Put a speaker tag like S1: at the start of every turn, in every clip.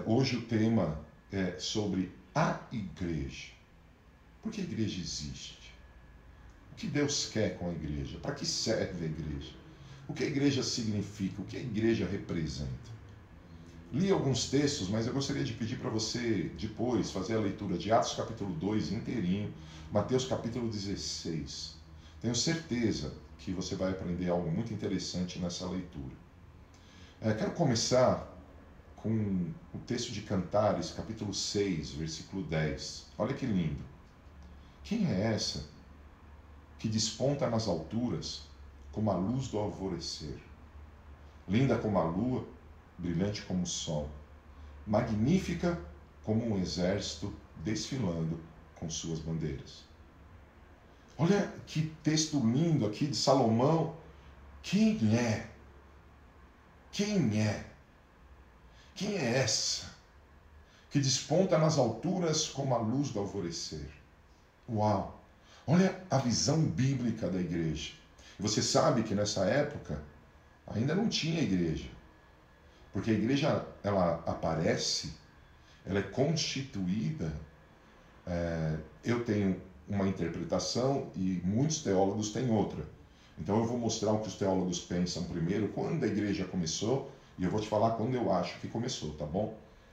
S1: Hoje o tema é sobre a igreja. Por que a igreja existe? O que Deus quer com a igreja? Para que serve a igreja? O que a igreja significa? O que a igreja representa? Li alguns textos, mas eu gostaria de pedir para você depois fazer a leitura de Atos capítulo 2 inteirinho, Mateus capítulo 16. Tenho certeza que você vai aprender algo muito interessante nessa leitura. Quero começar com o texto de Cantares, capítulo 6, versículo 10. Olha que lindo. Quem é essa que desponta nas alturas como a luz do alvorecer? Linda como a lua, brilhante como o sol, magnífica como um exército desfilando com suas bandeiras. Olha que texto lindo aqui de Salomão. Quem é? Quem é? Quem é essa que desponta nas alturas como a luz do alvorecer? Uau! Olha a visão bíblica da igreja. E você sabe que nessa época ainda não tinha igreja. Porque a igreja, ela aparece, ela é constituída. Eu tenho uma interpretação e muitos teólogos têm outra. Então eu vou mostrar o que os teólogos pensam primeiro, quando a igreja começou, e eu vou te falar quando eu acho que começou, tá bom?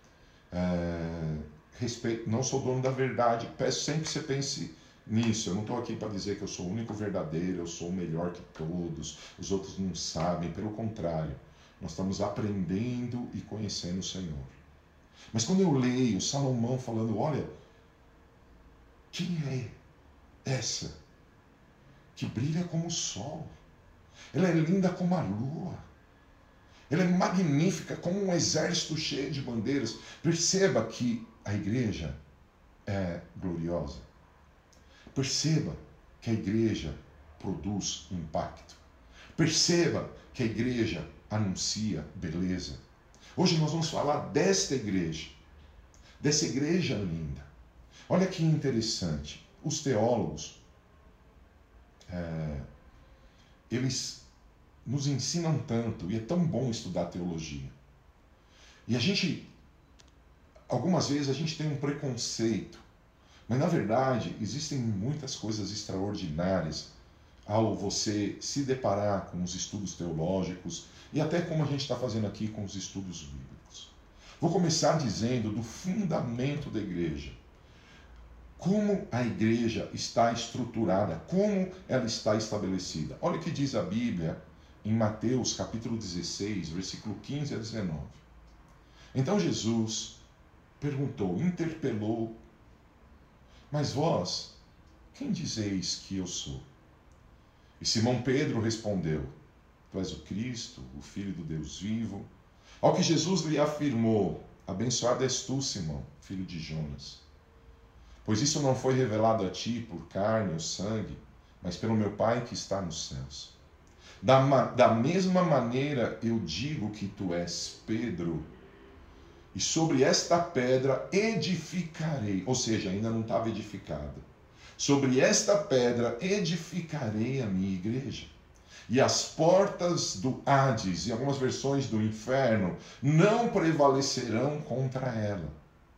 S1: Não sou dono da verdade, peço sempre que você pense nisso. Eu não estou aqui para dizer que eu sou o único verdadeiro, eu sou o melhor que todos, os outros não sabem, pelo contrário. Nós estamos aprendendo e conhecendo o Senhor. Mas quando eu leio Salomão falando, olha, quem é essa que brilha como o sol? Ela é linda como a lua. Ela é magnífica como um exército cheio de bandeiras. Perceba que a igreja é gloriosa. Perceba que a igreja produz impacto. Perceba que a igreja anuncia beleza. Hoje nós vamos falar desta igreja. Dessa igreja linda. Olha que interessante. Os teólogos, eles nos ensinam tanto, e é tão bom estudar teologia. E algumas vezes a gente tem um preconceito, mas na verdade existem muitas coisas extraordinárias ao você se deparar com os estudos teológicos e até como a gente está fazendo aqui com os estudos bíblicos. Vou começar dizendo do fundamento da igreja. Como a igreja está estruturada, como ela está estabelecida. Olha o que diz a Bíblia em Mateus capítulo 16, versículo 15 a 19. Então Jesus perguntou, interpelou, mas vós, quem dizeis que eu sou? E Simão Pedro respondeu, tu és o Cristo, o Filho do Deus vivo. Ao que Jesus lhe afirmou, abençoado és tu, Simão, filho de Jonas. Pois isso não foi revelado a ti por carne ou sangue, mas pelo meu Pai que está nos céus. Da mesma maneira eu digo que tu és Pedro, e sobre esta pedra edificarei, ou seja, ainda não estava edificada. Sobre esta pedra edificarei a minha igreja. E as portas do Hades, e algumas versões do inferno, não prevalecerão contra ela.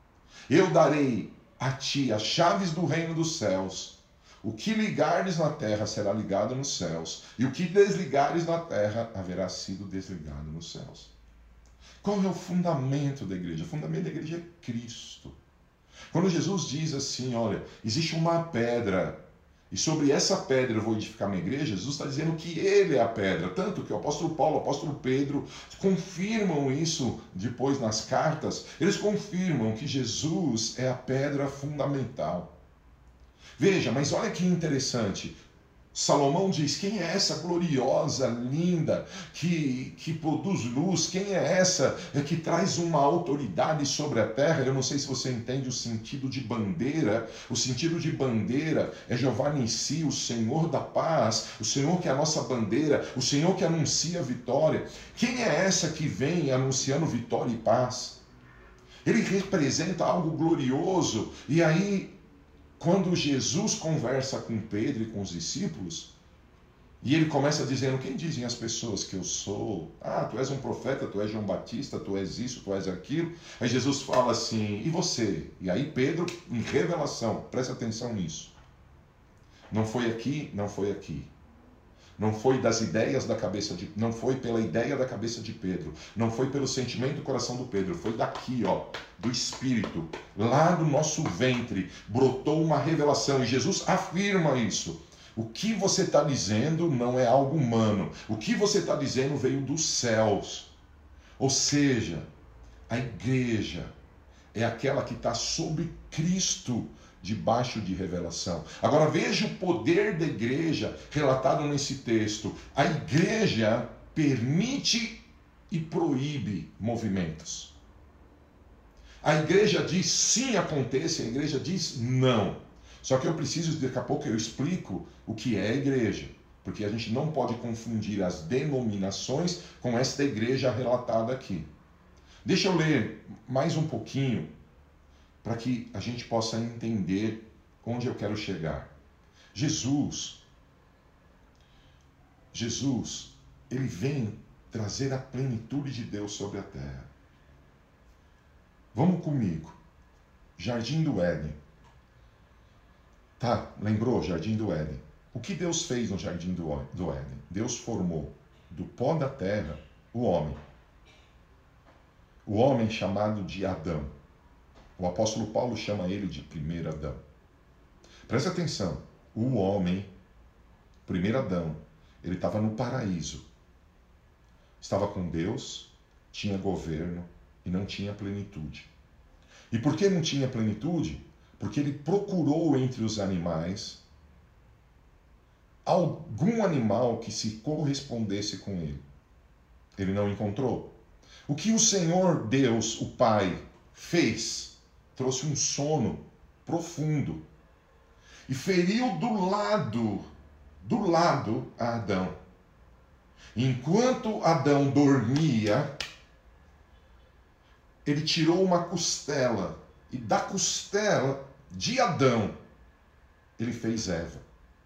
S1: Eu darei a ti as chaves do reino dos céus. O que ligares na terra será ligado nos céus, e o que desligares na terra haverá sido desligado nos céus. Qual é o fundamento da igreja? O fundamento da igreja é Cristo. Quando Jesus diz assim, olha, existe uma pedra, e sobre essa pedra eu vou edificar minha igreja, Jesus está dizendo que Ele é a pedra. Tanto que o apóstolo Paulo, o apóstolo Pedro confirmam isso depois nas cartas. Eles confirmam que Jesus é a pedra fundamental. Veja, mas olha que interessante. Salomão diz, quem é essa gloriosa, linda, que produz luz? Quem é essa que traz uma autoridade sobre a terra? Eu não sei se você entende o sentido de bandeira. O sentido de bandeira é Jeová Nissi, o Senhor da paz, o Senhor que é a nossa bandeira, o Senhor que anuncia vitória. Quem é essa que vem anunciando vitória e paz? Ele representa algo glorioso. E aí, quando Jesus conversa com Pedro e com os discípulos, E ele começa dizendo: quem dizem as pessoas que eu sou? Ah, tu és um profeta, tu és João Batista, tu és isso, tu és aquilo. Aí Jesus fala assim: e você? E aí Pedro, em revelação, presta atenção nisso. Não foi aqui, não foi aqui. Não foi das ideias da cabeça de... Não foi pela ideia da cabeça de Pedro. Não foi pelo sentimento do coração do Pedro. Foi daqui, ó, do Espírito. Lá do nosso ventre brotou uma revelação. E Jesus afirma isso. O que você está dizendo não é algo humano. O que você está dizendo veio dos céus. Ou seja, a igreja é aquela que está sob Cristo, debaixo de revelação. Agora veja o poder da igreja relatado nesse texto. A igreja permite e proíbe movimentos. A igreja diz sim, aconteça, a igreja diz não. Só que eu preciso, daqui a pouco eu explico o que é a igreja, porque a gente não pode confundir as denominações com esta igreja relatada aqui. Deixa eu ler mais um pouquinho para que a gente possa entender onde eu quero chegar. Jesus, ele vem trazer a plenitude de Deus sobre a terra. Vamos comigo. Jardim do Éden. Tá, lembrou? Jardim do Éden. O que Deus fez no Jardim do Éden? Deus formou do pó da terra o homem. O homem chamado de Adão. O apóstolo Paulo chama ele de primeiro Adão. Presta atenção. O homem, primeiro Adão, ele estava no paraíso. Estava com Deus, tinha governo e não tinha plenitude. E por que não tinha plenitude? Porque ele procurou entre os animais algum animal que se correspondesse com ele. Ele não encontrou. O que o Senhor Deus, o Pai, fez? Trouxe um sono profundo e feriu do lado a Adão. Enquanto Adão dormia, ele tirou uma costela e da costela de Adão ele fez Eva.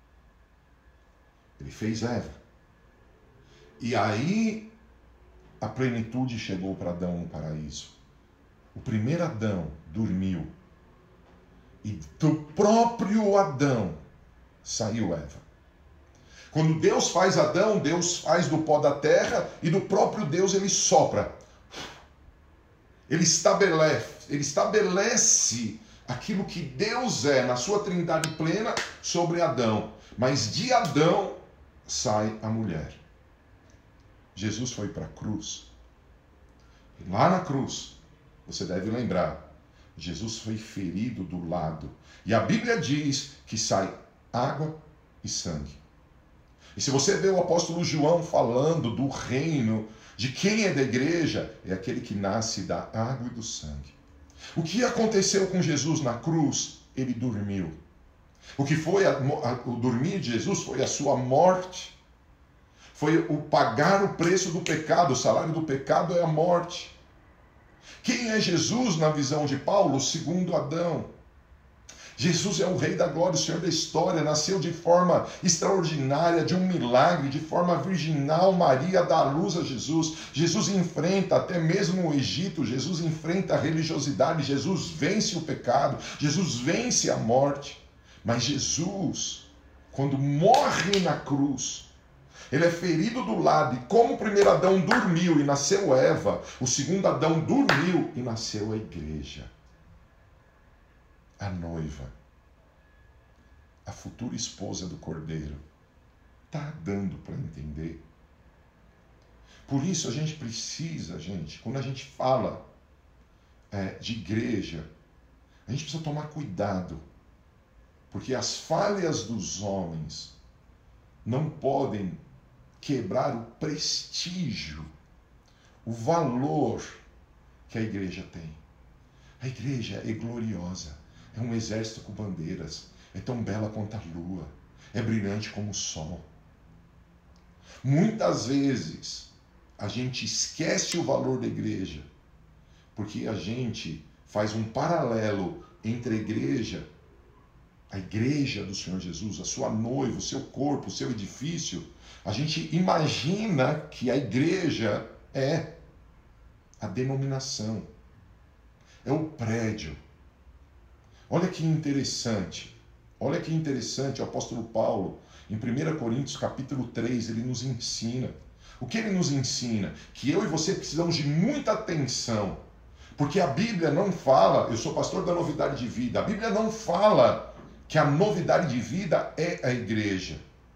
S1: Ele fez Eva. E aí a plenitude chegou para Adão no paraíso. O primeiro Adão dormiu. E do próprio Adão saiu Eva. Quando Deus faz Adão, Deus faz do pó da terra e do próprio Deus ele sopra. Ele estabelece aquilo que Deus é na sua trindade plena sobre Adão. Mas de Adão sai a mulher. Jesus foi para a cruz. E lá na cruz, você deve lembrar, Jesus foi ferido do lado. E a Bíblia diz que sai água e sangue. E se você vê o apóstolo João falando do reino, de quem é da igreja, é aquele que nasce da água e do sangue. O que aconteceu com Jesus na cruz? Ele dormiu. O que foi o dormir de Jesus foi a sua morte. Foi o pagar o preço do pecado. O salário do pecado é a morte. Quem é Jesus na visão de Paulo? Segundo Adão. Jesus é o Rei da Glória, o Senhor da história, nasceu de forma extraordinária, de um milagre, de forma virginal. Maria dá à luz a Jesus. Jesus enfrenta até mesmo o Egito, Jesus enfrenta a religiosidade, Jesus vence o pecado, Jesus vence a morte. Mas Jesus, quando morre na cruz, ele é ferido do lado, e como o primeiro Adão dormiu e nasceu Eva, o segundo Adão dormiu e nasceu a igreja. A noiva, a futura esposa do Cordeiro. Está dando para entender? Por isso a gente precisa, quando a gente fala de igreja, a gente precisa tomar cuidado, porque as falhas dos homens não podem quebrar o prestígio, o valor que a igreja tem. A igreja é gloriosa. É um exército com bandeiras. É tão bela quanto a lua. É brilhante como o sol. Muitas vezes a gente esquece o valor da igreja porque a gente faz um paralelo entre a igreja, a igreja do Senhor Jesus, a sua noiva, o seu corpo, o seu edifício, a gente imagina que a igreja é a denominação, é o prédio. Olha que interessante, o apóstolo Paulo, em 1 Coríntios capítulo 3, ele nos ensina. O que ele nos ensina? Que eu e você precisamos de muita atenção, porque a Bíblia não fala, eu sou pastor da Novidade de Vida, a Bíblia não fala que a novidade de vida é a igreja.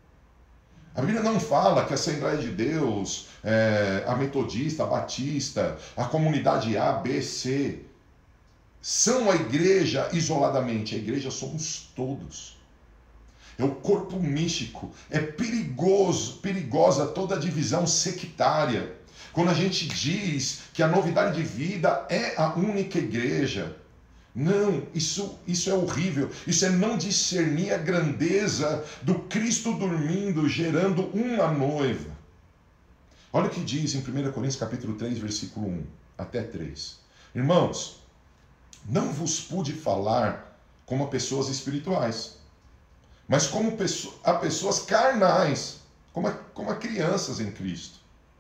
S1: A Bíblia não fala que a Assembleia de Deus, a Metodista, a Batista, a comunidade A, B, C, são a igreja isoladamente. A igreja somos todos. É o corpo místico. É perigosa toda a divisão sectária. Quando a gente diz que a novidade de vida é a única igreja. Não, isso é horrível. Isso é não discernir a grandeza do Cristo dormindo, gerando uma noiva. Olha o que diz em 1 Coríntios capítulo 3, versículo 1 até 3. Irmãos, não vos pude falar como a pessoas espirituais, mas como a pessoas carnais, como a crianças em Cristo.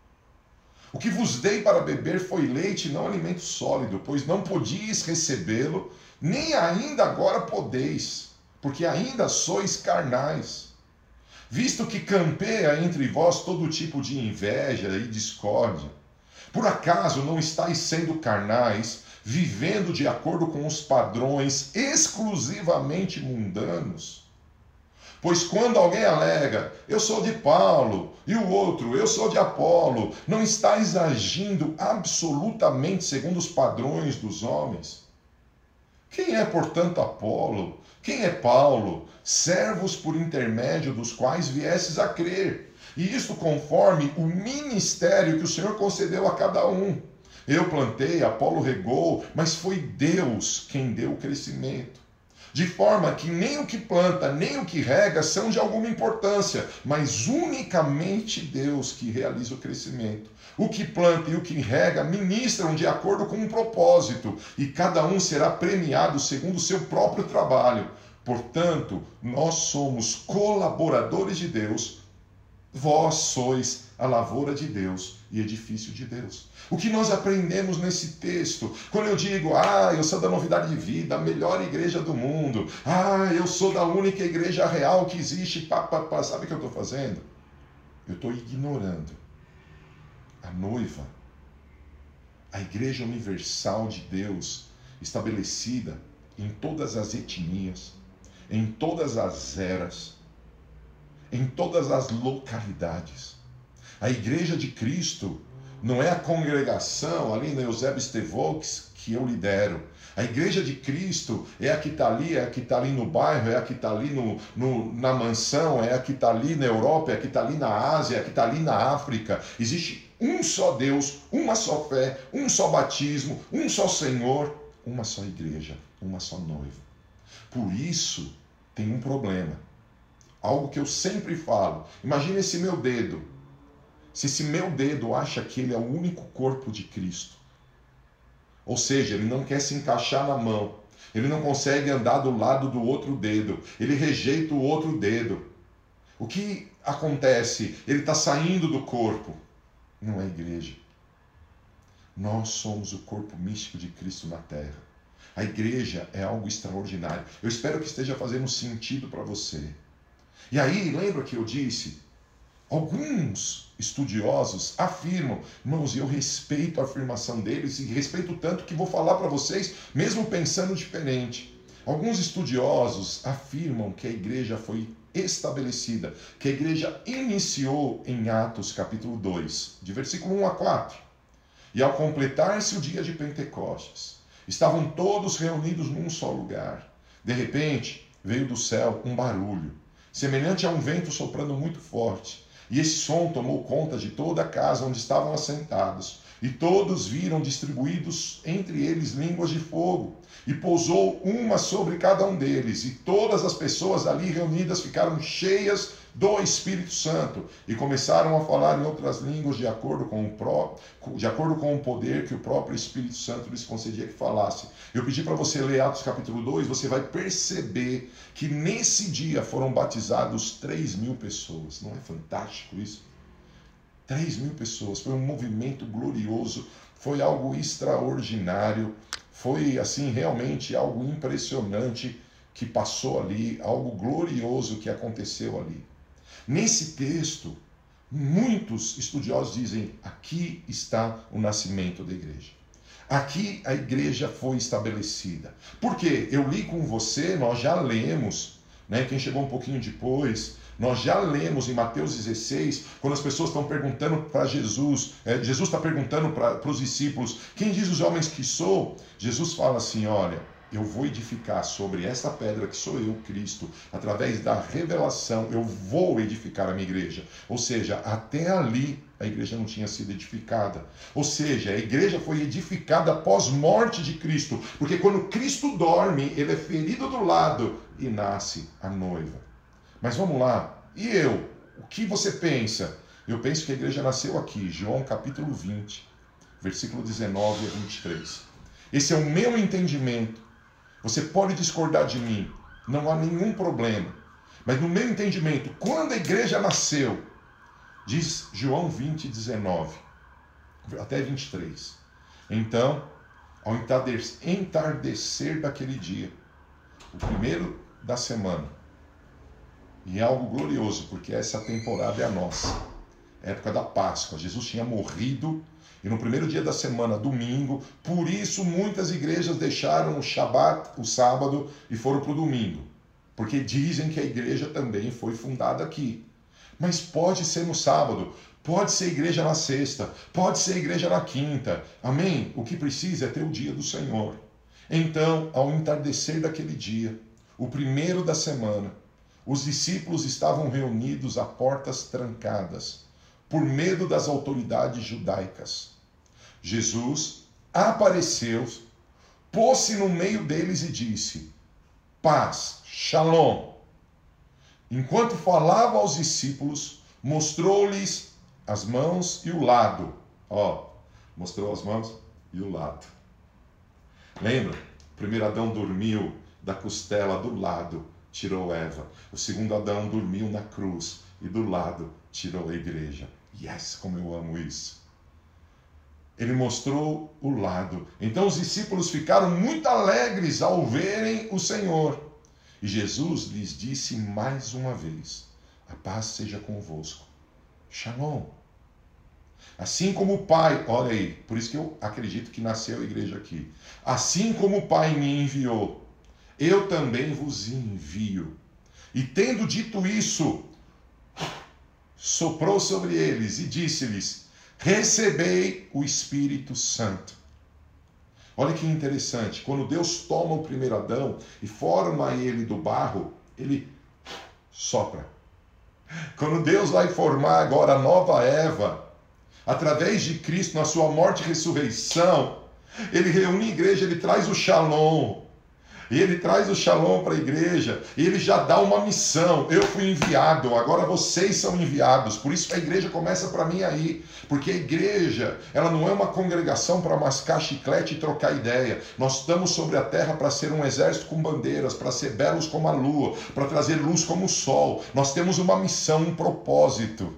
S1: O que vos dei para beber foi leite, não alimento sólido, pois não podíeis recebê-lo, nem ainda agora podeis, porque ainda sois carnais. Visto que campeia entre vós todo tipo de inveja e discórdia, por acaso não estáis sendo carnais, vivendo de acordo com os padrões exclusivamente mundanos? Pois quando alguém alega, eu sou de Paulo, e o outro, eu sou de Apolo, não estáis agindo absolutamente segundo os padrões dos homens? Quem é, portanto, Apolo? Quem é Paulo? Servos por intermédio dos quais viesses a crer. E isto conforme o ministério que o Senhor concedeu a cada um. Eu plantei, Apolo regou, mas foi Deus quem deu o crescimento. De forma que nem o que planta, nem o que rega são de alguma importância, mas unicamente Deus que realiza o crescimento. O que planta e o que rega ministram de acordo com um propósito, e cada um será premiado segundo o seu próprio trabalho. Portanto, nós somos colaboradores de Deus, vós sois a lavoura de Deus e edifício de Deus. O que nós aprendemos nesse texto? Quando eu digo, eu sou da Novidade de Vida, a melhor igreja do mundo, eu sou da única igreja real que existe, sabe o que eu estou fazendo? Eu estou ignorando a noiva, a igreja universal de Deus, estabelecida em todas as etnias, em todas as eras, em todas as localidades. A igreja de Cristo não é a congregação ali na Eusébio Stevox que eu lidero. A igreja de Cristo é a que está ali, é a que está ali no bairro, é a que está ali na mansão, é a que está ali na Europa, é a que está ali na Ásia, é a que está ali na África. Existe um só Deus, uma só fé, um só batismo, um só Senhor, uma só igreja, uma só noiva. Por isso tem um problema. Algo que eu sempre falo. Imagina esse meu dedo. Se esse meu dedo acha que ele é o único corpo de Cristo, ou seja, ele não quer se encaixar na mão, ele não consegue andar do lado do outro dedo, ele rejeita o outro dedo. O que acontece? Ele está saindo do corpo. Não é igreja. Nós somos o corpo místico de Cristo na terra. A igreja é algo extraordinário. Eu espero que esteja fazendo sentido para você. E aí, lembra que eu disse? Alguns estudiosos afirmam, irmãos, e eu respeito a afirmação deles, e respeito tanto que vou falar para vocês, mesmo pensando diferente. Alguns estudiosos afirmam que a igreja foi estabelecida, que a igreja iniciou em Atos capítulo 2, de versículo 1 a 4. E ao completar-se o dia de Pentecostes, estavam todos reunidos num só lugar. De repente, veio do céu um barulho, semelhante a um vento soprando muito forte. E esse som tomou conta de toda a casa onde estavam assentados. E todos viram distribuídos entre eles línguas de fogo, e pousou uma sobre cada um deles, e todas as pessoas ali reunidas ficaram cheias do Espírito Santo, e começaram a falar em outras línguas de acordo com o poder que o próprio Espírito Santo lhes concedia que falasse. Eu pedi para você ler Atos capítulo 2, você vai perceber que nesse dia foram batizados 3.000 pessoas. Não é fantástico isso? 3.000 pessoas, foi um movimento glorioso, foi algo extraordinário, foi assim realmente algo impressionante que passou ali, algo glorioso que aconteceu ali. Nesse texto, muitos estudiosos dizem, aqui está o nascimento da igreja. Aqui a igreja foi estabelecida. Por quê? Eu li com você, nós já lemos, né? Quem chegou um pouquinho depois, nós já lemos em Mateus 16, quando as pessoas estão perguntando para Jesus, Jesus está perguntando para os discípulos, quem diz os homens que sou? Jesus fala assim, olha, eu vou edificar sobre esta pedra que sou eu, Cristo, através da revelação, eu vou edificar a minha igreja. Ou seja, até ali a igreja não tinha sido edificada. Ou seja, a igreja foi edificada após morte de Cristo, porque quando Cristo dorme, ele é ferido do lado e nasce a noiva. Mas vamos lá, e eu? O que você pensa? Eu penso que a igreja nasceu aqui, João capítulo 20, versículo 19 a 23. Esse é o meu entendimento. Você pode discordar de mim, não há nenhum problema. Mas no meu entendimento, quando a igreja nasceu, diz João 20, 19, até 23. Então, ao entardecer daquele dia, o primeiro da semana, e é algo glorioso, porque essa temporada é a nossa. É a época da Páscoa. Jesus tinha morrido, e no primeiro dia da semana, domingo, por isso muitas igrejas deixaram o Shabat, o sábado, e foram para o domingo. Porque dizem que a igreja também foi fundada aqui. Mas pode ser no sábado, pode ser igreja na sexta, pode ser igreja na quinta. Amém? O que precisa é ter o dia do Senhor. Então, ao entardecer daquele dia, o primeiro da semana, os discípulos estavam reunidos a portas trancadas, por medo das autoridades judaicas. Jesus apareceu, pôs-se no meio deles e disse, paz, shalom. Enquanto falava aos discípulos, mostrou-lhes as mãos e o lado. Mostrou as mãos e o lado. Lembra? O primeiro Adão dormiu da costela do lado, tirou Eva. O segundo Adão dormiu na cruz e do lado tirou a igreja. Yes, como eu amo isso. Ele mostrou o lado. Então os discípulos ficaram muito alegres ao verem o Senhor. E Jesus lhes disse mais uma vez, a paz seja convosco. Shalom. Assim como o Pai, olha aí, por isso que eu acredito que nasceu a igreja aqui. Assim como o Pai me enviou, eu também vos envio. E tendo dito isso, soprou sobre eles e disse-lhes, recebei o Espírito Santo. Olha que interessante, quando Deus toma o primeiro Adão e forma ele do barro, ele sopra. Quando Deus vai formar agora a nova Eva, através de Cristo, na sua morte e ressurreição, ele reúne a igreja, ele traz o shalom. E ele traz o shalom para a igreja, e ele já dá uma missão. Eu fui enviado, agora vocês são enviados. Por isso que a igreja começa para mim aí. Porque a igreja, ela não é uma congregação para mascar chiclete e trocar ideia. Nós estamos sobre a terra para ser um exército com bandeiras, para ser belos como a lua, para trazer luz como o sol. Nós temos uma missão, um propósito.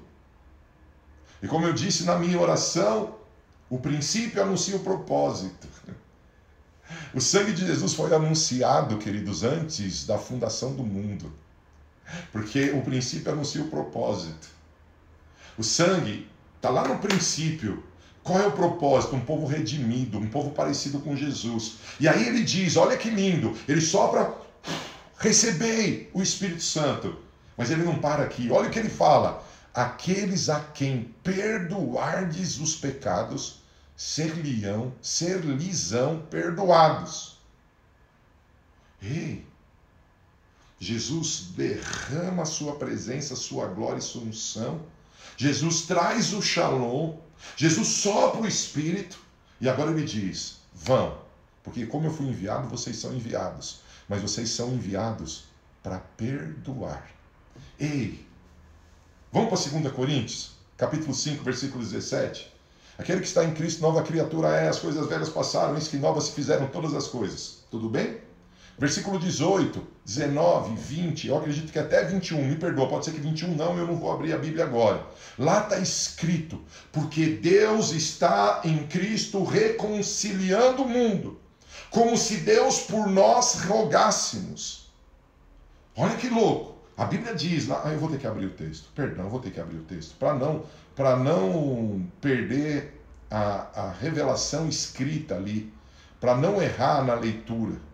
S1: E como eu disse na minha oração, o princípio anuncia o propósito. O sangue de Jesus foi anunciado, queridos, antes da fundação do mundo. Porque o princípio anuncia o propósito. O sangue está lá no princípio. Qual é o propósito? Um povo redimido, um povo parecido com Jesus. E aí ele diz, olha que lindo, ele sopra, recebei o Espírito Santo. Mas ele não para aqui, olha o que ele fala. Aqueles a quem perdoardes os pecados, ser-lhes-ão perdoados. Ei, Jesus derrama a sua presença, a sua glória e sua unção. Jesus traz o shalom, Jesus sopra o Espírito e agora ele diz: vão, porque como eu fui enviado, vocês são enviados, mas vocês são enviados para perdoar. Ei, vamos para 2 Coríntios, capítulo 5, versículo 17. Aquele que está em Cristo, nova criatura é, as coisas velhas passaram, eis que novas se fizeram todas as coisas. Tudo bem? Versículo 18, 19, 20, eu acredito que até 21, me perdoa, pode ser que 21 não, eu não vou abrir a Bíblia agora. Lá está escrito, porque Deus está em Cristo reconciliando o mundo, como se Deus por nós rogássemos. Olha que louco, a Bíblia diz lá, eu vou ter que abrir o texto, perdão, eu vou ter que abrir o texto, para não perder a revelação escrita ali, para não errar na leitura.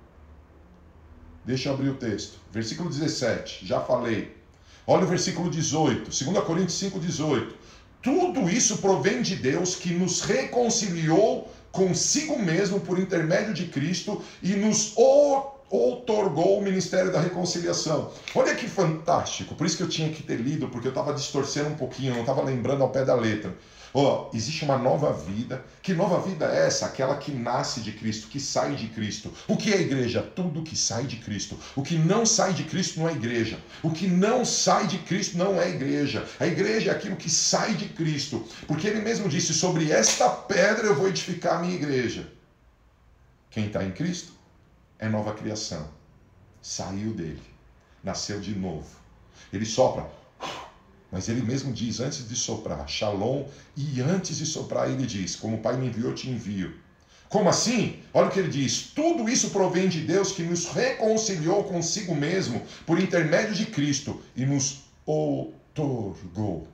S1: Deixa eu abrir o texto. Versículo 17, já falei. Olha o versículo 18, 2 Coríntios 5, 18. Tudo isso provém de Deus que nos reconciliou consigo mesmo por intermédio de Cristo e nos outorgou o ministério da reconciliação. Olha que fantástico. Por isso que eu tinha que ter lido, porque eu estava distorcendo um pouquinho, eu não estava lembrando ao pé da letra. Existe uma nova vida. Que nova vida é essa? Aquela que nasce de Cristo, que sai de Cristo. O que é a igreja? Tudo que sai de Cristo. O que não sai de Cristo não é igreja. O que não sai de Cristo não é igreja. A igreja é aquilo que sai de Cristo. Porque ele mesmo disse, sobre esta pedra eu vou edificar a minha igreja. Quem está em Cristo é nova criação. Saiu dele. Nasceu de novo. Ele sopra. Mas ele mesmo diz, antes de soprar, Shalom, e antes de soprar ele diz, como o Pai me enviou, eu te envio. Como assim? Olha o que ele diz, tudo isso provém de Deus que nos reconciliou consigo mesmo por intermédio de Cristo e nos outorgou,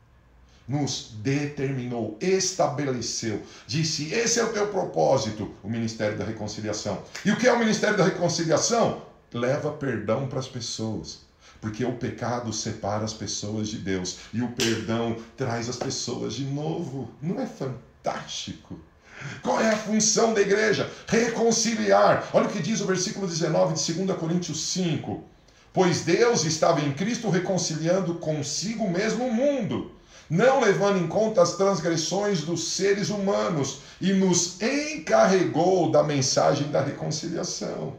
S1: nos determinou, estabeleceu, disse, esse é o teu propósito, o ministério da reconciliação. E o que é o ministério da reconciliação? Leva perdão para as pessoas. Porque o pecado separa as pessoas de Deus e o perdão traz as pessoas de novo. Não é fantástico? Qual é a função da igreja? Reconciliar. Olha o que diz o versículo 19 de 2 Coríntios 5. Pois Deus estava em Cristo reconciliando consigo mesmo o mundo, não levando em conta as transgressões dos seres humanos, e nos encarregou da mensagem da reconciliação.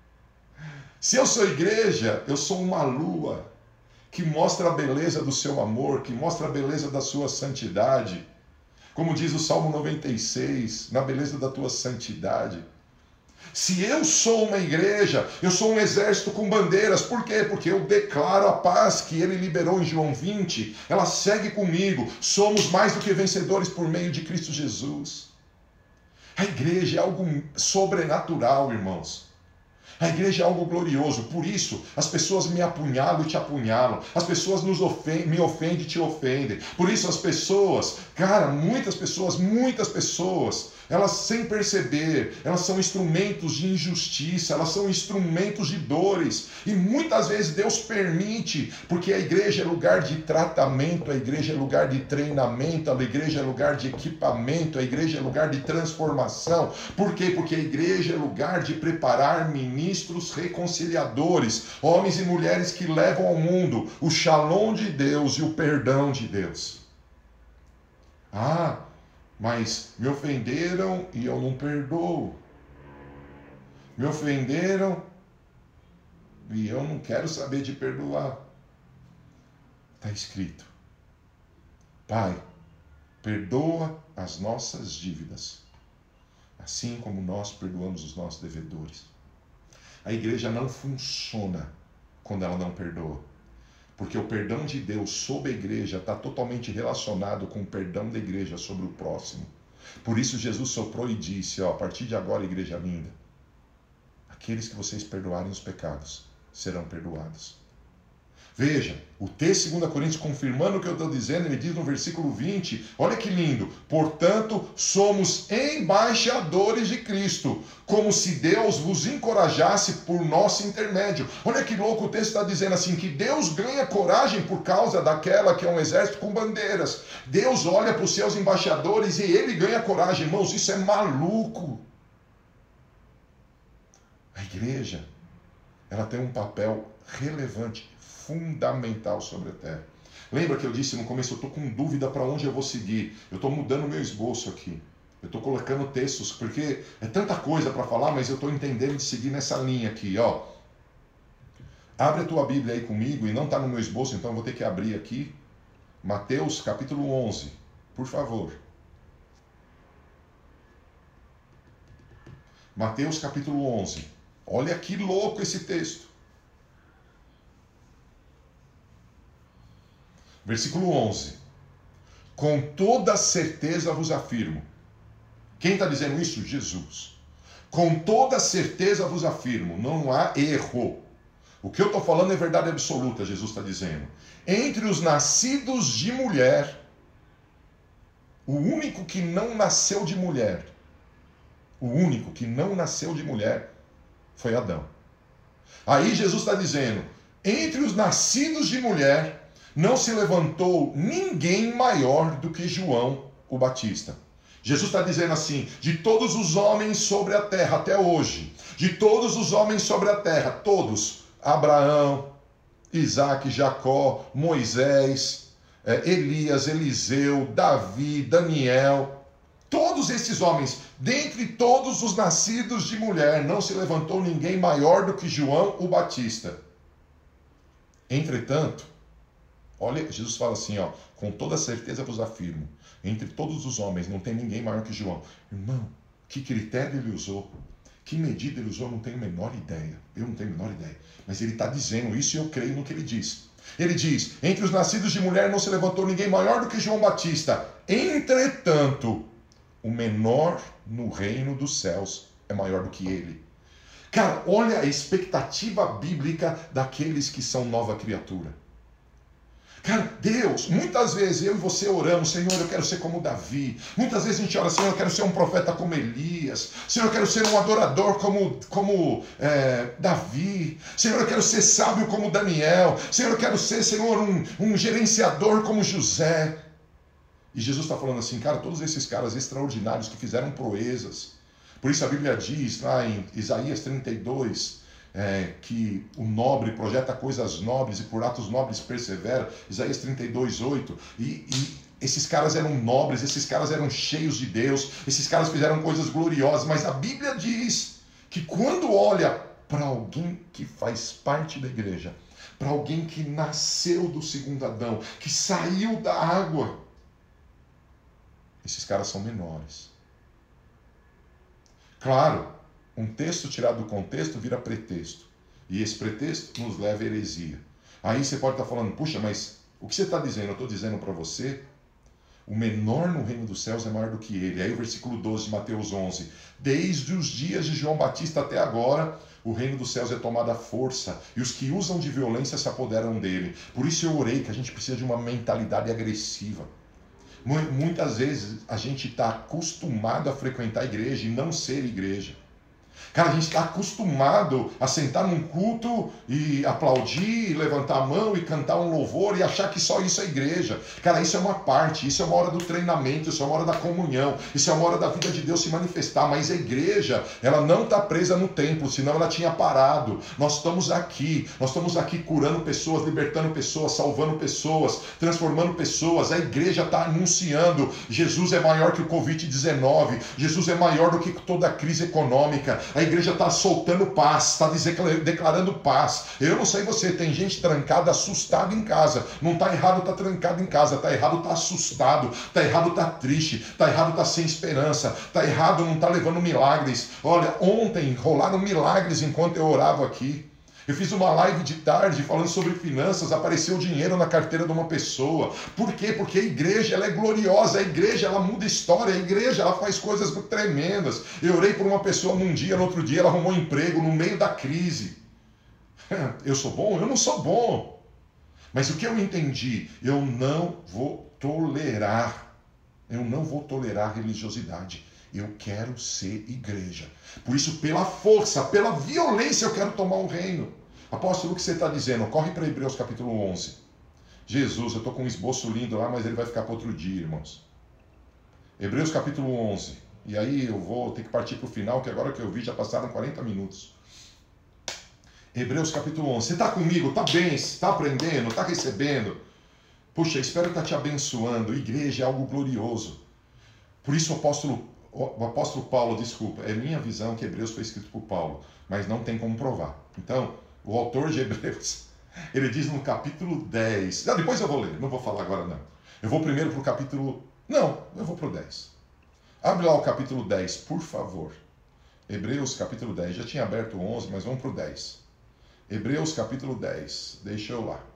S1: Se eu sou igreja, eu sou uma lua que mostra a beleza do seu amor, que mostra a beleza da sua santidade. Como diz o Salmo 96, na beleza da tua santidade. Se eu sou uma igreja, eu sou um exército com bandeiras. Por quê? Porque eu declaro a paz que ele liberou em João 20. Ela segue comigo. Somos mais do que vencedores por meio de Cristo Jesus. A igreja é algo sobrenatural, irmãos. A igreja é algo glorioso, por isso as pessoas me apunhalam e te apunhalam, as pessoas me ofendem e te ofendem, por isso as pessoas, muitas pessoas, elas sem perceber, elas são instrumentos de injustiça, elas são instrumentos de dores, e muitas vezes Deus permite, porque a igreja é lugar de tratamento, a igreja é lugar de treinamento, a igreja é lugar de equipamento, a igreja é lugar de transformação. Por quê? Porque a igreja é lugar de preparar ministros reconciliadores, homens e mulheres que levam ao mundo o shalom de Deus e o perdão de Deus. Mas me ofenderam e eu não perdoo. Me ofenderam e eu não quero saber de perdoar. Está escrito: Pai, perdoa as nossas dívidas, assim como nós perdoamos os nossos devedores. A igreja não funciona quando ela não perdoa. Porque o perdão de Deus sobre a igreja está totalmente relacionado com o perdão da igreja sobre o próximo. Por isso Jesus soprou e disse, a partir de agora, igreja linda, aqueles que vocês perdoarem os pecados serão perdoados. Veja, o texto 2 Coríntios confirmando o que eu estou dizendo, ele diz no versículo 20, olha que lindo, portanto, somos embaixadores de Cristo, como se Deus vos encorajasse por nosso intermédio. Olha que louco, o texto está dizendo assim, que Deus ganha coragem por causa daquela que é um exército com bandeiras. Deus olha para os seus embaixadores e ele ganha coragem. Irmãos, isso é maluco. A igreja, ela tem um papel relevante, fundamental sobre a terra. Lembra que eu disse no começo, eu estou com dúvida para onde eu vou seguir. Eu estou mudando o meu esboço aqui. Eu estou colocando textos, porque é tanta coisa para falar, mas eu estou entendendo de seguir nessa linha aqui, ó. Abre a tua Bíblia aí comigo, e não está no meu esboço, então eu vou ter que abrir aqui. Mateus capítulo 11, por favor. Mateus capítulo 11. Olha que louco esse texto. Versículo 11. Com toda certeza vos afirmo. Quem está dizendo isso? Jesus. Com toda certeza vos afirmo, não há erro. O que eu estou falando é verdade absoluta, Jesus está dizendo. Entre os nascidos de mulher, o único que não nasceu de mulher, o único que não nasceu de mulher foi Adão. Aí Jesus está dizendo, entre os nascidos de mulher, não se levantou ninguém maior do que João o Batista. Jesus está dizendo assim, de todos os homens sobre a terra até hoje, de todos os homens sobre a terra, todos, Abraão, Isaac, Jacó, Moisés, Elias, Eliseu, Davi, Daniel, todos esses homens, dentre todos os nascidos de mulher, não se levantou ninguém maior do que João o Batista. Entretanto, olha, Jesus fala assim, ó, com toda certeza vos afirmo, entre todos os homens não tem ninguém maior que João. Irmão, que critério ele usou? Que medida ele usou? Eu não tenho a menor ideia. Eu não tenho a menor ideia. Mas ele está dizendo isso e eu creio no que ele diz. Ele diz, entre os nascidos de mulher não se levantou ninguém maior do que João Batista. Entretanto, o menor no reino dos céus é maior do que ele. Cara, olha a expectativa bíblica daqueles que são nova criatura. Cara, Deus, muitas vezes eu e você oramos, Senhor, eu quero ser como Davi. Muitas vezes a gente ora, Senhor, eu quero ser um profeta como Elias. Senhor, eu quero ser um adorador como Davi. Senhor, eu quero ser sábio como Daniel. Senhor, eu quero ser, Senhor, um gerenciador como José. E Jesus está falando assim, cara, todos esses caras extraordinários que fizeram proezas. Por isso a Bíblia diz lá em Isaías 32... que o nobre projeta coisas nobres e por atos nobres persevera, Isaías 32, 8, e esses caras eram nobres, esses caras eram cheios de Deus, esses caras fizeram coisas gloriosas, mas a Bíblia diz que quando olha para alguém que faz parte da igreja, para alguém que nasceu do segundo Adão, que saiu da água, esses caras são menores. Claro, um texto tirado do contexto vira pretexto. E esse pretexto nos leva à heresia. Aí você pode estar falando, puxa, mas o que você está dizendo? Eu estou dizendo para você, o menor no reino dos céus é maior do que ele. Aí o versículo 12 de Mateus 11. Desde os dias de João Batista até agora, o reino dos céus é tomado à força. E os que usam de violência se apoderam dele. Por isso eu orei que a gente precisa de uma mentalidade agressiva. Muitas vezes a gente está acostumado a frequentar a igreja e não ser igreja. Cara, a gente está acostumado a sentar num culto e aplaudir, levantar a mão e cantar um louvor e achar que só isso é igreja. Cara, isso é uma parte, isso é uma hora do treinamento, isso é uma hora da comunhão, isso é uma hora da vida de Deus se manifestar. Mas a igreja, ela não está presa no templo, senão ela tinha parado. Nós estamos aqui curando pessoas, libertando pessoas, salvando pessoas, transformando pessoas. A igreja está anunciando, Jesus é maior que o Covid-19, Jesus é maior do que toda a crise econômica. A igreja está soltando paz, está declarando paz. Eu não sei você, tem gente trancada, assustada em casa. Não está errado estar trancado em casa, está errado estar assustado, está errado estar triste, está errado estar sem esperança, está errado não estar levando milagres. Olha, ontem rolaram milagres enquanto eu orava aqui. Eu fiz uma live de tarde falando sobre finanças, apareceu dinheiro na carteira de uma pessoa. Por quê? Porque a igreja ela é gloriosa, a igreja ela muda história, a igreja ela faz coisas tremendas. Eu orei por uma pessoa num dia, no outro dia ela arrumou um emprego no meio da crise. Eu sou bom? Eu não sou bom. Mas o que eu entendi? Eu não vou tolerar religiosidade. Eu quero ser igreja. Por isso, pela força, pela violência, eu quero tomar um reino. Apóstolo, o que você está dizendo? Corre para Hebreus capítulo 11. Jesus, eu estou com um esboço lindo lá, mas ele vai ficar para outro dia, irmãos. Hebreus capítulo 11. E aí eu vou ter que partir para o final, que agora que eu vi já passaram 40 minutos. Hebreus capítulo 11. Você está comigo? Está bem? Está aprendendo? Está recebendo? Puxa, espero estar te abençoando. Igreja é algo glorioso. Por isso o apóstolo Paulo, desculpa, é minha visão que Hebreus foi escrito por Paulo, mas não tem como provar. Então, o autor de Hebreus, ele diz no capítulo 10, depois eu vou ler, não vou falar agora não. Eu vou primeiro para o capítulo, não, eu vou para o 10. Abre lá o capítulo 10, por favor. Hebreus capítulo 10, já tinha aberto o 11, mas vamos para o 10. Hebreus capítulo 10, deixa eu lá.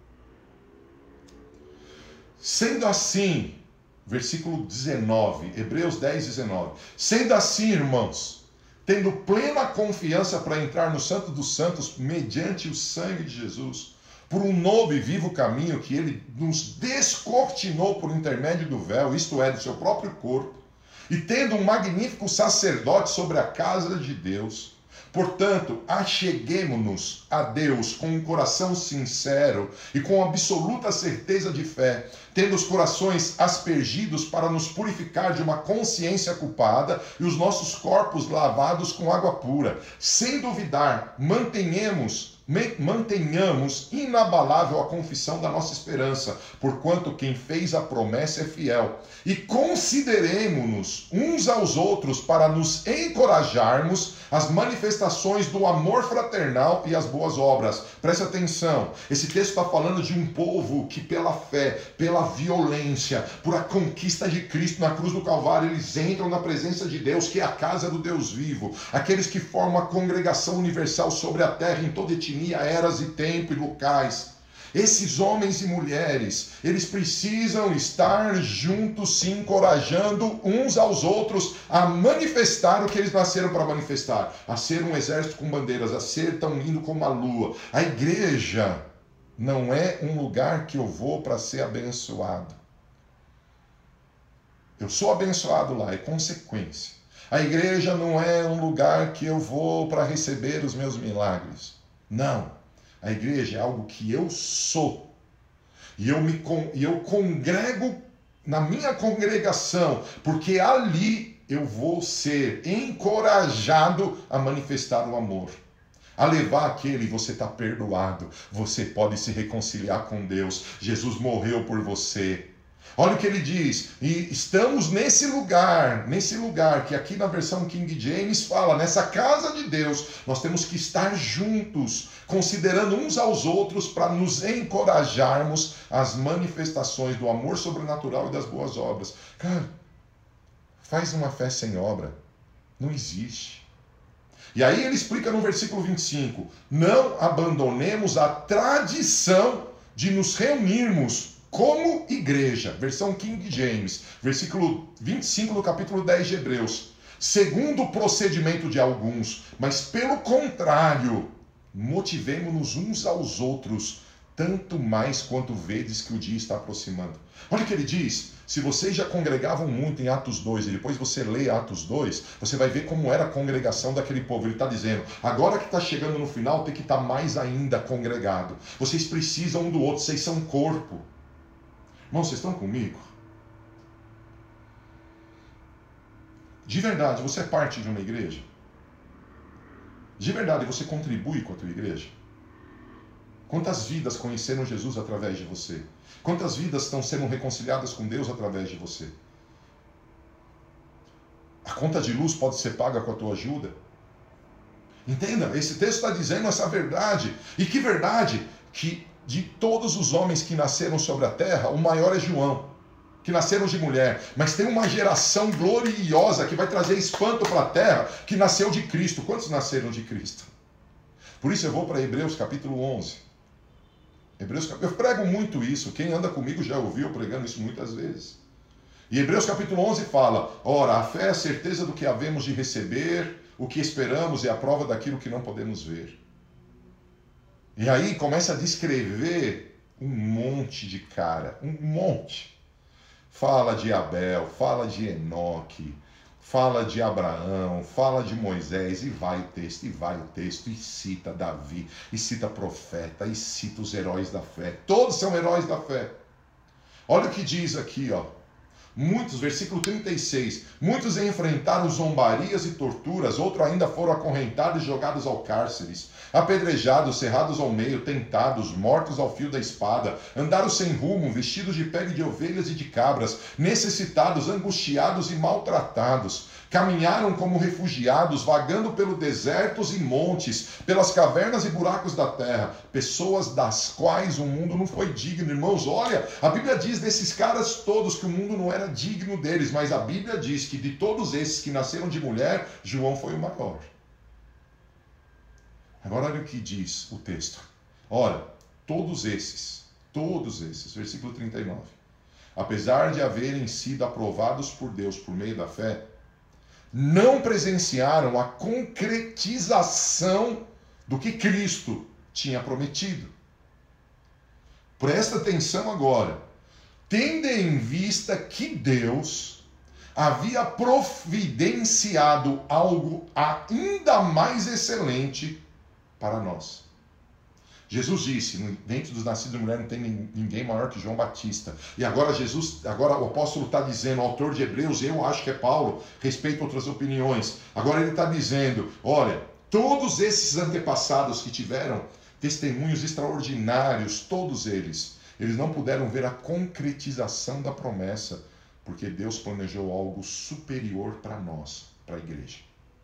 S1: Sendo assim, versículo 19, Hebreus 10, 19. Sendo assim, irmãos, tendo plena confiança para entrar no Santo dos Santos, mediante o sangue de Jesus, por um novo e vivo caminho que ele nos descortinou por intermédio do véu, isto é, do seu próprio corpo, e tendo um magnífico sacerdote sobre a casa de Deus, portanto, acheguemo-nos a Deus com um coração sincero e com absoluta certeza de fé, tendo os corações aspergidos para nos purificar de uma consciência culpada e os nossos corpos lavados com água pura. Sem duvidar, mantenhamos inabalável a confissão da nossa esperança, porquanto quem fez a promessa é fiel. E consideremo-nos uns aos outros para nos encorajarmos às manifestações do amor fraternal e às boas obras. Preste atenção, esse texto está falando de um povo que pela fé, pela violência, por a conquista de Cristo na cruz do Calvário, eles entram na presença de Deus, que é a casa do Deus vivo. Aqueles que formam a congregação universal sobre a terra em toda etnia, eras e tempo e locais. Esses homens e mulheres, eles precisam estar juntos, se encorajando uns aos outros a manifestar o que eles nasceram para manifestar, a ser um exército com bandeiras, a ser tão lindo como a lua. A igreja não é um lugar que eu vou para ser abençoado. Eu sou abençoado lá, é consequência. A igreja não é um lugar que eu vou para receber os meus milagres. Não, a igreja é algo que eu sou. E eu congrego na minha congregação, porque ali eu vou ser encorajado a manifestar o amor. A levar aquele, você está perdoado, você pode se reconciliar com Deus, Jesus morreu por você. Olha o que ele diz, e estamos nesse lugar que aqui na versão King James fala, nessa casa de Deus, nós temos que estar juntos, considerando uns aos outros para nos encorajarmos às manifestações do amor sobrenatural e das boas obras. Cara, faz uma fé sem obra, não existe. E aí ele explica no versículo 25, não abandonemos a tradição de nos reunirmos como igreja, versão King James, versículo 25 do capítulo 10 de Hebreus, segundo o procedimento de alguns, mas pelo contrário, motivemo-nos uns aos outros, tanto mais quanto vedes que o dia está aproximando. Olha o que ele diz, se vocês já congregavam muito em Atos 2, e depois você lê Atos 2, você vai ver como era a congregação daquele povo. Ele está dizendo, agora que está chegando no final, tem que estar mais ainda congregado. Vocês precisam um do outro, vocês são corpo. Irmãos, vocês estão comigo? De verdade, você é parte de uma igreja? De verdade, você contribui com a tua igreja? Quantas vidas conheceram Jesus através de você? Quantas vidas estão sendo reconciliadas com Deus através de você? A conta de luz pode ser paga com a tua ajuda? Entenda, esse texto está dizendo essa verdade. E que verdade? Que de todos os homens que nasceram sobre a terra, o maior é João, que nasceram de mulher. Mas tem uma geração gloriosa que vai trazer espanto para a terra, que nasceu de Cristo. Quantos nasceram de Cristo? Por isso eu vou para Hebreus capítulo 11. Eu prego muito isso. Quem anda comigo já ouviu pregando isso muitas vezes. E Hebreus capítulo 11 fala, ora, a fé é a certeza do que havemos de receber, o que esperamos é a prova daquilo que não podemos ver. E aí começa a descrever um monte de cara, um monte. Fala de Abel, fala de Enoque, fala de Abraão, fala de Moisés, e vai o texto, e cita Davi, e cita profeta, e cita os heróis da fé. Todos são heróis da fé. Olha o que diz aqui, ó. Muitos, versículo 36, muitos enfrentaram zombarias e torturas, outros ainda foram acorrentados e jogados ao cárceres, apedrejados, cerrados ao meio, tentados, mortos ao fio da espada, andaram sem rumo, vestidos de pele de ovelhas e de cabras, necessitados, angustiados e maltratados. Caminharam como refugiados, vagando pelos desertos e montes, pelas cavernas e buracos da terra, pessoas das quais o mundo não foi digno. Irmãos, olha, a Bíblia diz desses caras todos que o mundo não era digno deles, mas a Bíblia diz que de todos esses que nasceram de mulher, João foi o maior. Agora olha o que diz o texto. Ora, todos esses, versículo 39, apesar de haverem sido aprovados por Deus por meio da fé, não presenciaram a concretização do que Cristo tinha prometido. Presta atenção agora. Tendo em vista que Deus havia providenciado algo ainda mais excelente para nós. Jesus disse, dentro dos nascidos de mulher não tem ninguém maior que João Batista. E agora o apóstolo está dizendo, o autor de Hebreus, eu acho que é Paulo, respeito outras opiniões. Agora ele está dizendo, olha, todos esses antepassados que tiveram testemunhos extraordinários, todos eles não puderam ver a concretização da promessa, porque Deus planejou algo superior para nós, para a igreja.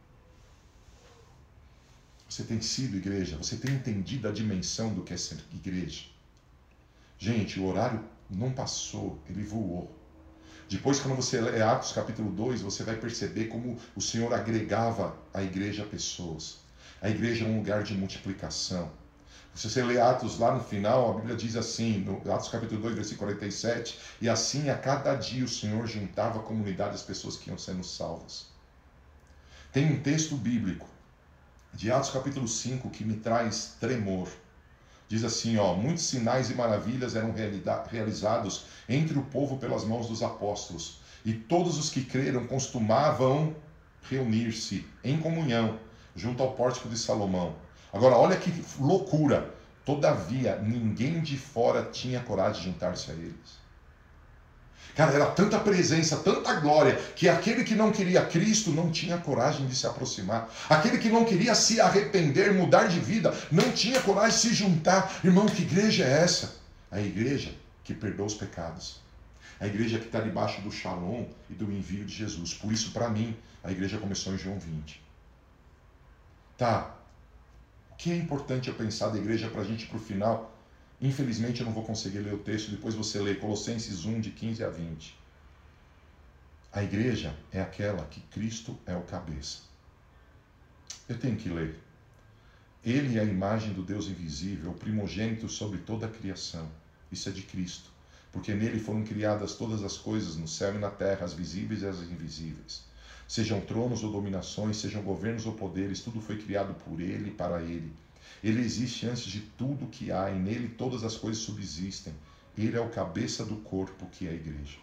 S1: Você tem sido igreja? Você tem entendido a dimensão do que é ser igreja? Gente, o horário não passou, ele voou. Depois, quando você lê Atos capítulo 2, você vai perceber como o Senhor agregava a igreja a pessoas. A igreja é um lugar de multiplicação. Se você lê Atos lá no final, a Bíblia diz assim, no Atos capítulo 2, versículo 47, e assim a cada dia o Senhor juntava a comunidade das pessoas que iam sendo salvas. Tem um texto bíblico de Atos capítulo 5, que me traz tremor. Diz assim, muitos sinais e maravilhas eram realizados entre o povo pelas mãos dos apóstolos, e todos os que creram costumavam reunir-se em comunhão, junto ao pórtico de Salomão. Agora, olha que loucura! Todavia, ninguém de fora tinha coragem de juntar-se a eles. Cara, era tanta presença, tanta glória, que aquele que não queria Cristo não tinha coragem de se aproximar. Aquele que não queria se arrepender, mudar de vida, não tinha coragem de se juntar. Irmão, que igreja é essa? A igreja que perdoa os pecados. A igreja que está debaixo do shalom e do envio de Jesus. Por isso, para mim, a igreja começou em João 20. Tá. O que é importante eu pensar da igreja para a gente ir para o final? Infelizmente eu não vou conseguir ler o texto, depois você lê Colossenses 1, de 15 a 20. A igreja é aquela que Cristo é o cabeça. Eu tenho que ler. Ele é a imagem do Deus invisível, o primogênito sobre toda a criação. Isso é de Cristo, porque nele foram criadas todas as coisas no céu e na terra, as visíveis e as invisíveis. Sejam tronos ou dominações, sejam governos ou poderes, tudo foi criado por ele e para ele. Ele existe antes de tudo que há, e nele todas as coisas subsistem. Ele é o cabeça do corpo, que é a igreja.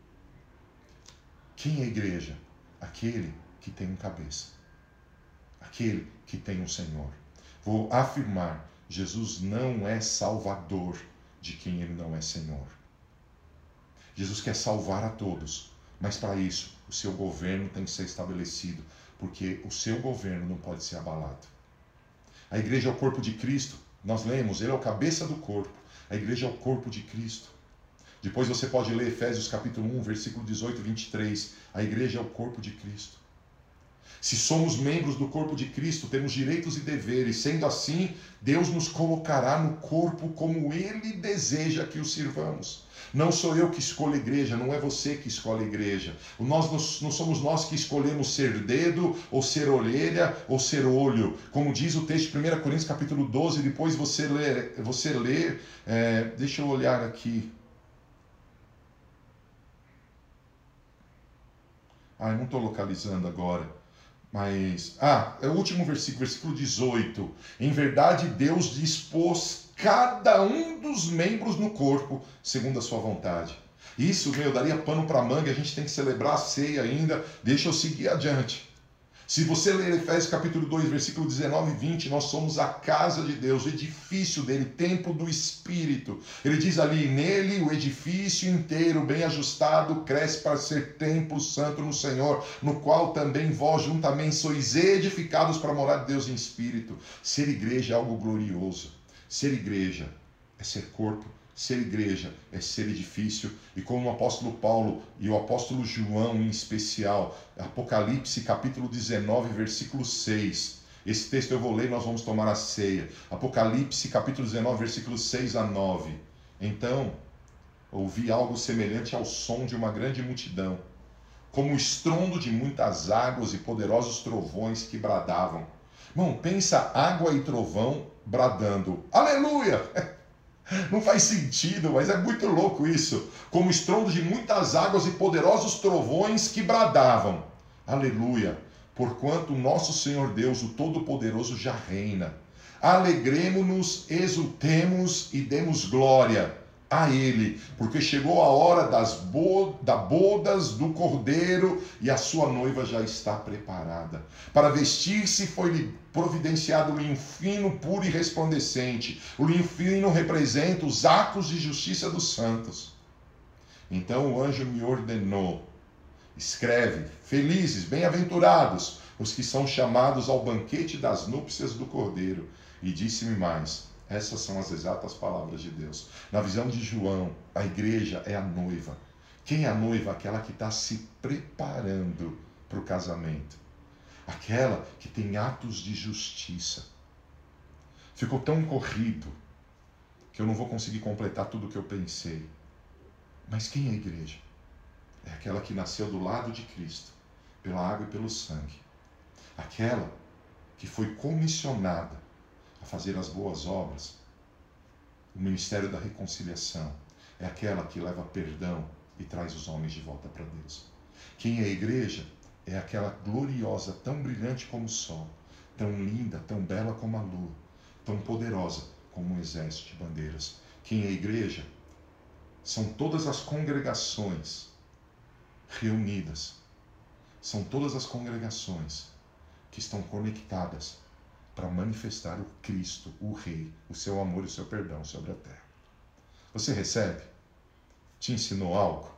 S1: Quem é a igreja? Aquele que tem um cabeça. Aquele que tem um Senhor. Vou afirmar, Jesus não é salvador de quem ele não é Senhor. Jesus quer salvar a todos, mas para isso o seu governo tem que ser estabelecido, porque o seu governo não pode ser abalado. A igreja é o corpo de Cristo. Nós lemos, ele é o cabeça do corpo. A igreja é o corpo de Cristo. Depois você pode ler Efésios capítulo 1, versículo 18 e 23. A igreja é o corpo de Cristo. Se somos membros do corpo de Cristo, temos direitos e deveres. Sendo assim, Deus nos colocará no corpo como Ele deseja que o sirvamos. Não sou eu que escolho a igreja, não é você que escolhe a igreja. Não somos nós que escolhemos ser dedo, ou ser orelha, ou ser olho. Como diz o texto de 1 Coríntios capítulo 12, depois você lê, deixa eu olhar aqui. Eu não estou localizando agora. Mas, é o último versículo 18. Em verdade, Deus dispôs cada um dos membros no corpo, segundo a sua vontade. Isso, daria pano para manga, a gente tem que celebrar a ceia ainda. Deixa eu seguir adiante. Se você ler Efésios capítulo 2, versículo 19 e 20, nós somos a casa de Deus, o edifício dele, templo do Espírito. Ele diz ali, nele o edifício inteiro, bem ajustado, cresce para ser templo santo no Senhor, no qual também vós juntamente sois edificados para morar de Deus em Espírito. Ser igreja é algo glorioso. Ser igreja é ser corpo. Ser igreja é ser edifício, e como o apóstolo Paulo e o apóstolo João em especial, Apocalipse capítulo 19, versículo 6, esse texto eu vou ler e nós vamos tomar a ceia. Apocalipse capítulo 19, versículos 6 a 9. Então, ouvi algo semelhante ao som de uma grande multidão, como o estrondo de muitas águas e poderosos trovões que bradavam. Irmão, pensa água e trovão bradando, aleluia! Não faz sentido, mas é muito louco isso. Como estrondo de muitas águas e poderosos trovões que bradavam. Aleluia! Porquanto nosso Senhor Deus, o Todo-Poderoso, já reina. Alegremo-nos, exultemos e demos glória a Ele, porque chegou a hora das bodas do Cordeiro e a sua noiva já está preparada. Para vestir-se foi-lhe providenciado o linho fino, puro e resplandecente. O linho fino representa os atos de justiça dos santos. Então o anjo me ordenou, escreve, felizes, bem-aventurados os que são chamados ao banquete das núpcias do Cordeiro. E disse-me mais, essas são as exatas palavras de Deus. Na visão de João, a igreja é a noiva. Quem é a noiva? Aquela que está se preparando para o casamento. Aquela que tem atos de justiça. Ficou tão corrido que eu não vou conseguir completar tudo o que eu pensei. Mas quem é a igreja? É aquela que nasceu do lado de Cristo, pela água e pelo sangue. Aquela que foi comissionada a fazer as boas obras. O ministério da reconciliação é aquela que leva perdão e traz os homens de volta para Deus. Quem é a igreja? É aquela gloriosa, tão brilhante como o sol, tão linda, tão bela como a lua, tão poderosa como um exército de bandeiras. Quem é a igreja? São todas as congregações reunidas. São todas as congregações que estão conectadas para manifestar o Cristo, o Rei, o seu amor e o seu perdão sobre a terra. Você recebe? Te ensinou algo?